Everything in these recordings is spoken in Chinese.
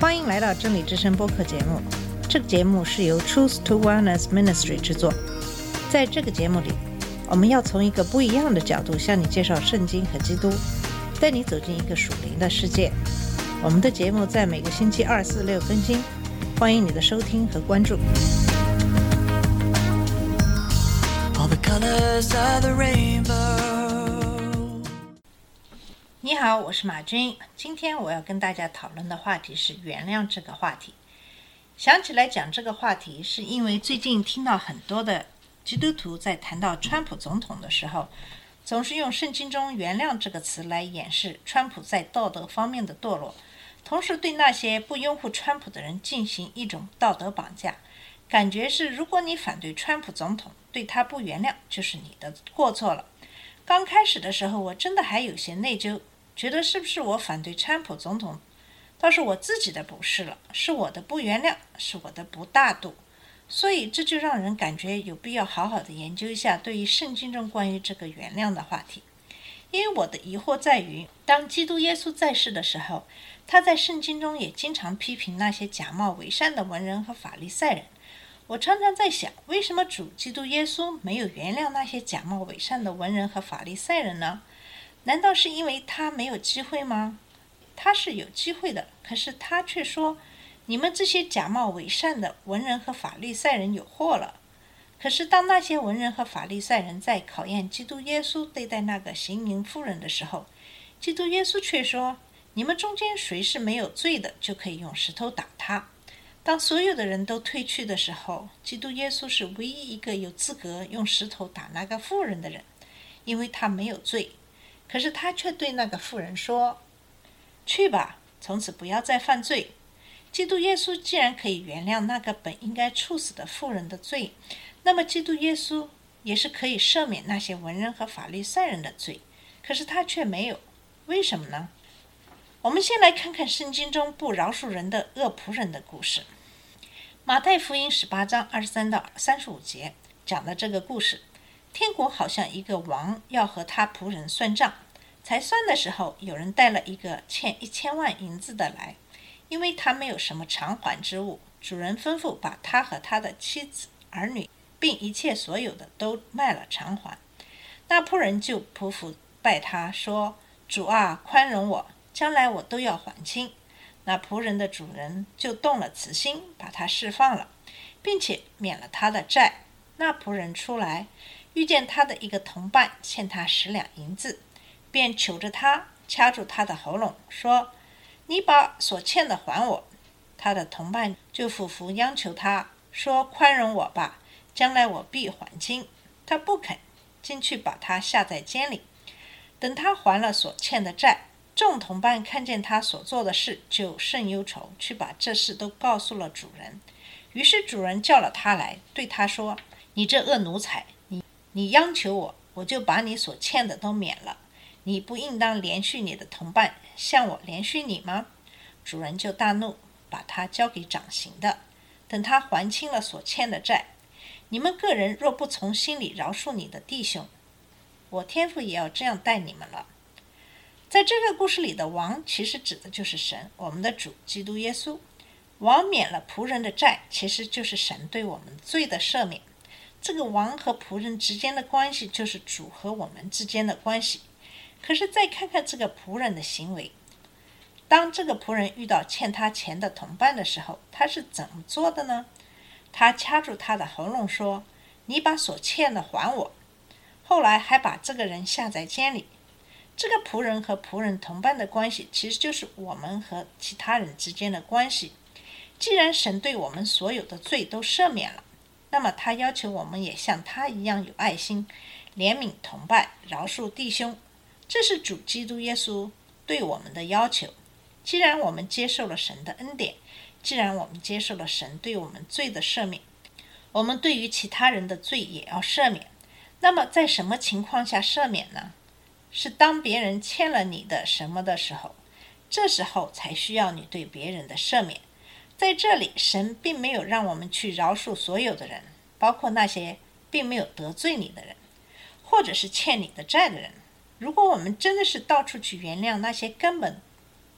欢迎来到真理之声播客节目。这个节目是由 Truth to Wellness Ministry 制作。在这个节目里，我们要从一个不一样的角度向你介绍圣经和基督，带你走进一个属灵的世界。我们的节目在每个星期2、4、6更新，欢迎你的收听和关注。All the colors of the rainbow。 你好，我是马军。今天我要跟大家讨论的话题是原谅这个话题。想起来讲这个话题，是因为最近听到很多的基督徒在谈到川普总统的时候，总是用圣经中原谅这个词来掩饰川普在道德方面的堕落，同时对那些不拥护川普的人进行一种道德绑架，感觉是如果你反对川普总统，对他不原谅，就是你的过错了。刚开始的时候，我真的还有些内疚，觉得是不是我反对川普总统倒是我自己的不是了，是我的不原谅，是我的不大度。所以这就让人感觉有必要好好的研究一下对于圣经中关于这个原谅的话题。因为我的疑惑在于，当基督耶稣在世的时候，他在圣经中也经常批评那些假冒伪善的文人和法利赛人。我常常在想，为什么主基督耶稣没有原谅那些假冒伪善的文人和法利赛人呢？难道是因为他没有机会吗？他是有机会的，可是他却说，你们这些假冒伪善的文人和法利赛人有祸了。可是当那些文人和法利赛人在考验基督耶稣对待那个行淫妇人的时候，基督耶稣却说，你们中间谁是没有罪的，就可以用石头打他。当所有的人都退去的时候，基督耶稣是唯一一个有资格用石头打那个妇人的人，因为他没有罪。可是他却对那个妇人说，去吧，从此不要再犯罪。基督耶稣既然可以原谅那个本应该处死的妇人的罪，那么基督耶稣也是可以赦免那些文人和法利赛人的罪，可是他却没有。为什么呢？我们先来看看圣经中不饶恕人的恶仆人的故事。马太福音18章23到35节讲的这个故事，天国好像一个王要和他仆人算账，才算的时候，有人带了一个欠1000万银子的来，因为他没有什么偿还之物，主人吩咐把他和他的妻子、儿女并一切所有的都卖了偿还。那仆人就匍匐拜他说，主啊，宽容我，将来我都要还清。那仆人的主人就动了慈心，把他释放了，并且免了他的债。那仆人出来，遇见他的一个同伴欠他10两银子，便求着他，掐住他的喉咙，说，你把所欠的还我。他的同伴就俯伏央求他，说，宽容我吧，将来我必还清。他不肯，进去把他下在监里，等他还了所欠的债。众同伴看见他所做的事，就甚忧愁，去把这事都告诉了主人。于是主人叫了他来，对他说，你这恶奴才，你央求我，我就把你所欠的都免了。你不应当连续你的同伴，像我连续你吗？主人就大怒，把他交给掌刑的，等他还清了所欠的债。你们个人若不从心里饶恕你的弟兄，我天父也要这样待你们了。在这个故事里的王其实指的就是神，我们的主基督耶稣。王免了仆人的债，其实就是神对我们罪的赦免。这个王和仆人之间的关系，就是主和我们之间的关系。可是再看看这个仆人的行为，当这个仆人遇到欠他钱的同伴的时候，他是怎么做的呢？他掐住他的喉咙说，你把所欠的还我。后来还把这个人下在监里。这个仆人和仆人同伴的关系，其实就是我们和其他人之间的关系。既然神对我们所有的罪都赦免了，那么他要求我们也像他一样有爱心，怜悯同伴，饶恕弟兄。这是主基督耶稣对我们的要求。既然我们接受了神的恩典，既然我们接受了神对我们罪的赦免，我们对于其他人的罪也要赦免。那么在什么情况下赦免呢？是当别人欠了你的什么的时候，这时候才需要你对别人的赦免。在这里，神并没有让我们去饶恕所有的人，包括那些并没有得罪你的人，或者是欠你的债的人。如果我们真的是到处去原谅那些根本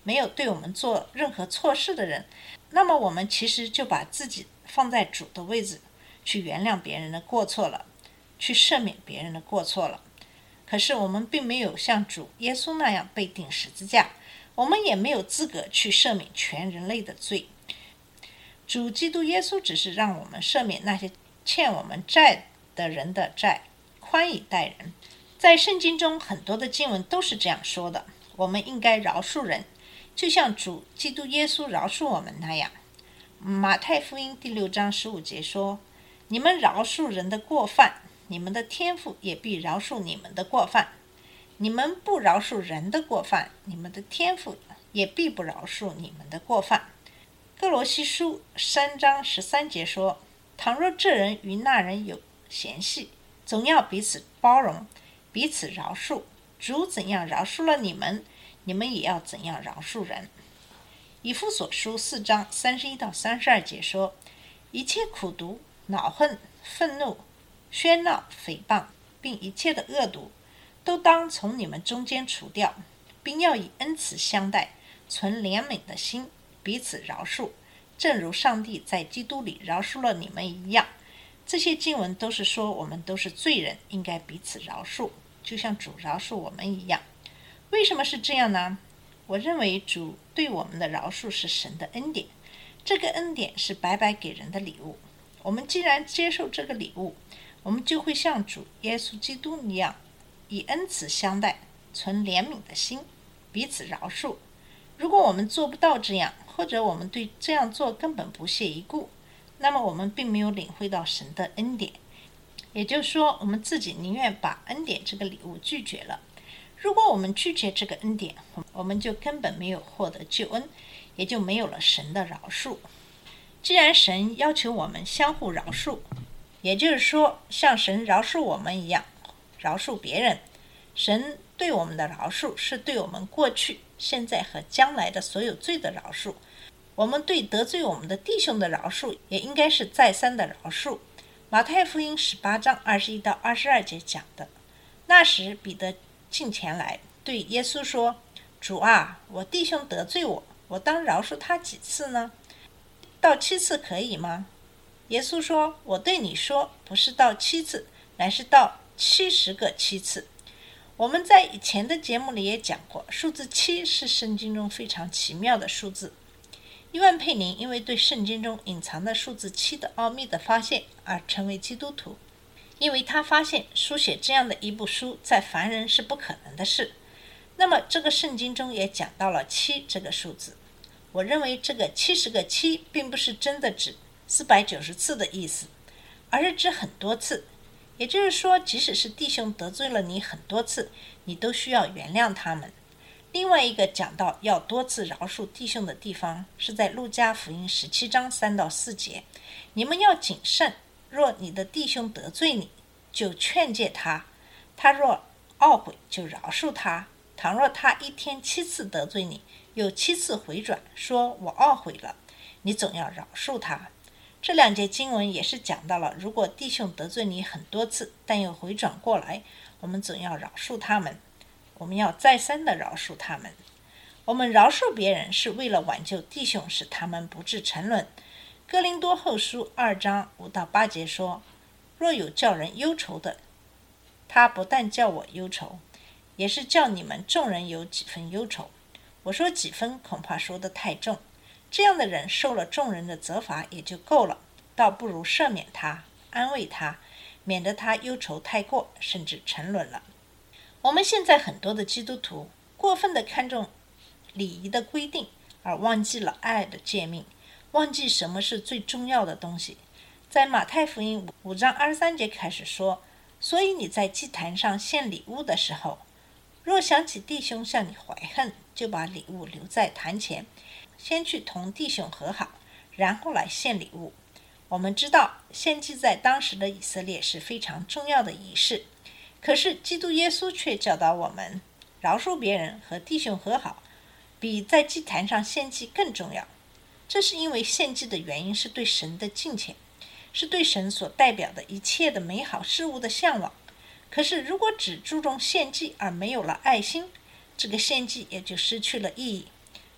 没有对我们做任何错事的人，那么我们其实就把自己放在主的位置，去原谅别人的过错了，去赦免别人的过错了。可是我们并没有像主耶稣那样被钉十字架，我们也没有资格去赦免全人类的罪。主基督耶稣只是让我们赦免那些欠我们债的人的债，宽以待人。在圣经中很多的经文都是这样说的，我们应该饶恕人，就像主基督耶稣饶恕我们那样。马太福音第6章15节说，你们饶恕人的过犯，你们的天父也必饶恕你们的过犯。你们不饶恕人的过犯，你们的天父也必不饶恕你们的过犯。哥罗西书3章13节说，倘若这人与那人有嫌隙，总要彼此包容，彼此饶恕。主怎样饶恕了你们，你们也要怎样饶恕人。以弗所书4章31到32节说，一切苦毒、恼恨、愤怒、喧闹、诽谤，并一切的恶毒，都当从你们中间除掉，并要以恩慈相待，存怜悯的心，彼此饶恕，正如上帝在基督里饶恕了你们一样。这些经文都是说我们都是罪人，应该彼此饶恕，就像主饶恕我们一样。为什么是这样呢？我认为主对我们的饶恕是神的恩典，这个恩典是白白给人的礼物。我们既然接受这个礼物，我们就会像主耶稣基督一样，以恩慈相待，存怜悯的心，彼此饶恕。如果我们做不到这样，或者我们对这样做根本不屑一顾，那么我们并没有领会到神的恩典，也就是说，我们自己宁愿把恩典这个礼物拒绝了。如果我们拒绝这个恩典，我们就根本没有获得救恩，也就没有了神的饶恕。既然神要求我们相互饶恕，也就是说像神饶恕我们一样饶恕别人，神对我们的饶恕是对我们过去、现在和将来的所有罪的饶恕。我们对得罪我们的弟兄的饶恕也应该是再三的饶恕。马太福音18章21到22节讲的，那时彼得近前来对耶稣说，主啊，我弟兄得罪我，我当饶恕他几次呢？到7次可以吗？耶稣说，我对你说，不是到7次，乃是到70个7次。我们在以前的节目里也讲过，数字7是圣经中非常奇妙的数字。伊万佩宁因为对圣经中隐藏的数字7的奥秘的发现而成为基督徒，因为他发现书写这样的一部书在凡人是不可能的事。那么这个圣经中也讲到了7这个数字。我认为这个70个7并不是真的指490次的意思，而是指很多次。也就是说，即使是弟兄得罪了你很多次，你都需要原谅他们。另外一个讲到要多次饶恕弟兄的地方，是在路加福音17章3到4节，你们要谨慎，若你的弟兄得罪你，就劝诫他，他若懊悔，就饶恕他。倘若他一天7次得罪你，又7次回转，说我懊悔了，你总要饶恕他。这2节经文也是讲到了，如果弟兄得罪你很多次，但又回转过来，我们总要饶恕他们，我们要再三的饶恕他们。我们饶恕别人是为了挽救弟兄，使他们不致沉沦。哥林多后书2章5到8节说，若有叫人忧愁的，他不但叫我忧愁，也是叫你们众人有几分忧愁。我说几分恐怕说得太重，这样的人受了众人的责罚也就够了，倒不如赦免他，安慰他，免得他忧愁太过，甚至沉沦了。我们现在很多的基督徒过分地看重礼仪的规定，而忘记了爱的诫命，忘记什么是最重要的东西。在马太福音5章23节开始说，所以你在祭坛上献礼物的时候，若想起弟兄向你怀恨，就把礼物留在坛前，先去同弟兄和好，然后来献礼物。我们知道献祭在当时的以色列是非常重要的仪式，可是基督耶稣却教导我们，饶恕别人和弟兄和好，比在祭坛上献祭更重要。这是因为献祭的原因是对神的敬虔，是对神所代表的一切的美好事物的向往。可是如果只注重献祭而没有了爱心，这个献祭也就失去了意义。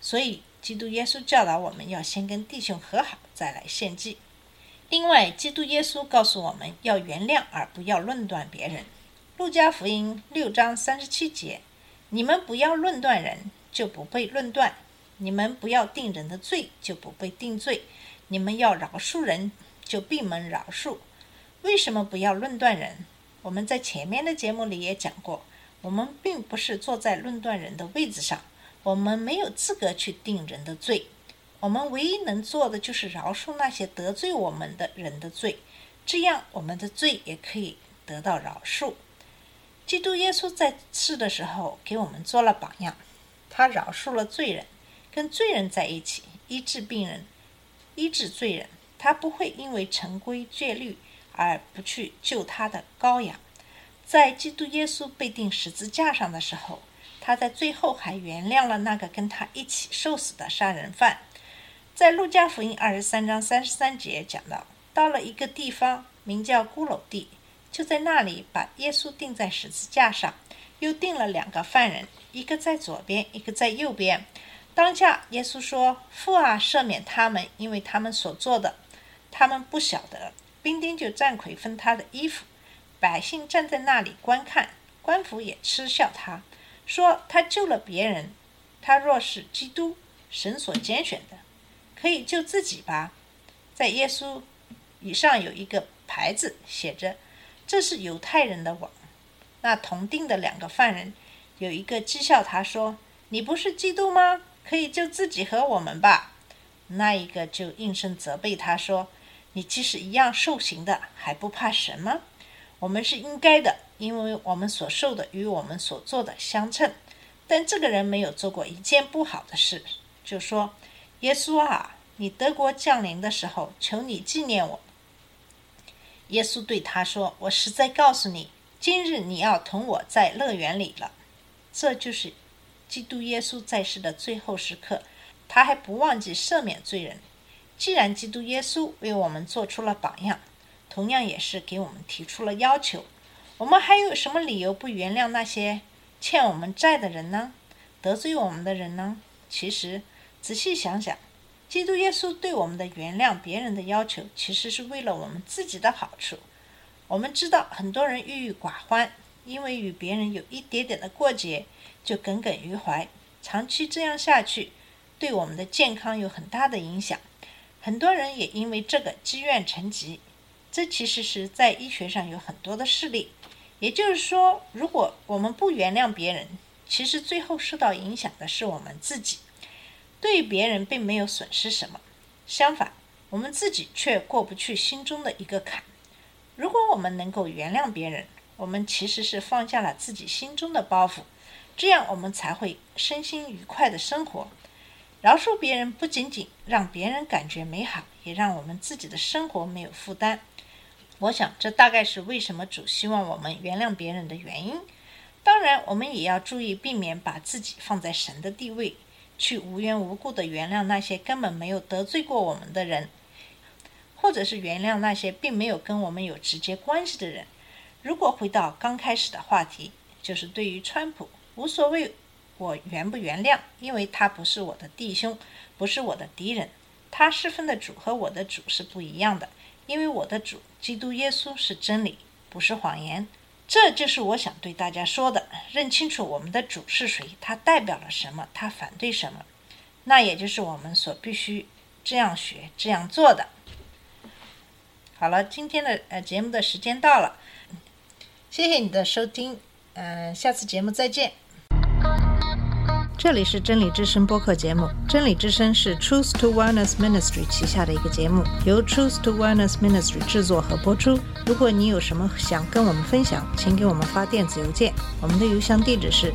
所以基督耶稣教导我们要先跟弟兄和好，再来献祭。另外，基督耶稣告诉我们要原谅而不要论断别人。路加福音6章37节，你们不要论断人，就不被论断；你们不要定人的罪，就不被定罪；你们要饶恕人，就必蒙饶恕。为什么不要论断人？我们在前面的节目里也讲过，我们并不是坐在论断人的位置上，我们没有资格去定人的罪，我们唯一能做的就是饶恕那些得罪我们的人的罪，这样我们的罪也可以得到饶恕。基督耶稣在世的时候给我们做了榜样，他饶恕了罪人，跟罪人在一起，医治病人，医治罪人，他不会因为陈规戒律而不去救他的羔羊。在基督耶稣被钉十字架上的时候，他在最后还原谅了那个跟他一起受死的杀人犯。在路加福音23章33节讲到了一个地方名叫骷髅地，就在那里把耶稣钉在十字架上，又钉了2个犯人，一个在左边，一个在右边。当下耶稣说，父啊，赦免他们，因为他们所做的他们不晓得。兵丁就占魁分他的衣服，百姓站在那里观看，官府也嗤笑他，说他救了别人，他若是基督，神所拣选的，可以救自己吧。在耶稣以上有一个牌子写着，这是犹太人的王。那同定的2个犯人，有一个讥笑他说，你不是基督吗？可以救自己和我们吧。那一个就应声责备他说，你既是一样受刑的，还不怕神吗？我们是应该的，因为我们所受的与我们所做的相称。但这个人没有做过一件不好的事，就说，耶稣啊，你得国降临的时候，求你纪念我。耶稣对他说，我实在告诉你，今日你要同我在乐园里了。这就是基督耶稣在世的最后时刻，他还不忘记赦免罪人。既然基督耶稣为我们做出了榜样，同样也是给我们提出了要求，我们还有什么理由不原谅那些欠我们债的人呢？得罪我们的人呢？其实仔细想想，基督耶稣对我们的原谅别人的要求，其实是为了我们自己的好处。我们知道很多人郁郁寡欢，因为与别人有一点点的过节就耿耿于怀，长期这样下去，对我们的健康有很大的影响。很多人也因为这个积怨成疾，这其实是在医学上有很多的事例。也就是说，如果我们不原谅别人，其实最后受到影响的是我们自己。对于别人并没有损失什么，相反，我们自己却过不去心中的一个坎。如果我们能够原谅别人，我们其实是放下了自己心中的包袱，这样我们才会身心愉快的生活。饶恕别人不仅仅让别人感觉美好，也让我们自己的生活没有负担。我想这大概是为什么主希望我们原谅别人的原因。当然，我们也要注意避免把自己放在神的地位，去无缘无故的原谅那些根本没有得罪过我们的人，或者是原谅那些并没有跟我们有直接关系的人。如果回到刚开始的话题，就是对于川普，无所谓我原不原谅，因为他不是我的弟兄，不是我的敌人。他侍奉的主和我的主是不一样的，因为我的主基督耶稣是真理，不是谎言。这就是我想对大家说的，认清楚我们的主是谁，他代表了什么，他反对什么，那也就是我们所必须这样学这样做的。好了，今天的节目的时间到了，谢谢你的收听，下次节目再见。这里是真理之声播客节目，真理之声是 Truth to Wellness Ministry 旗下的一个节目，由 Truth to Wellness Ministry 制作和播出。如果你有什么想跟我们分享，请给我们发电子邮件，我们的邮箱地址是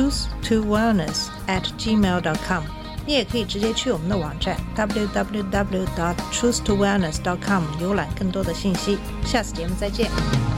truthtowellness@gmail.com。 你也可以直接去我们的网站 www.truthtowellness.com 浏览更多的信息。下次节目再见。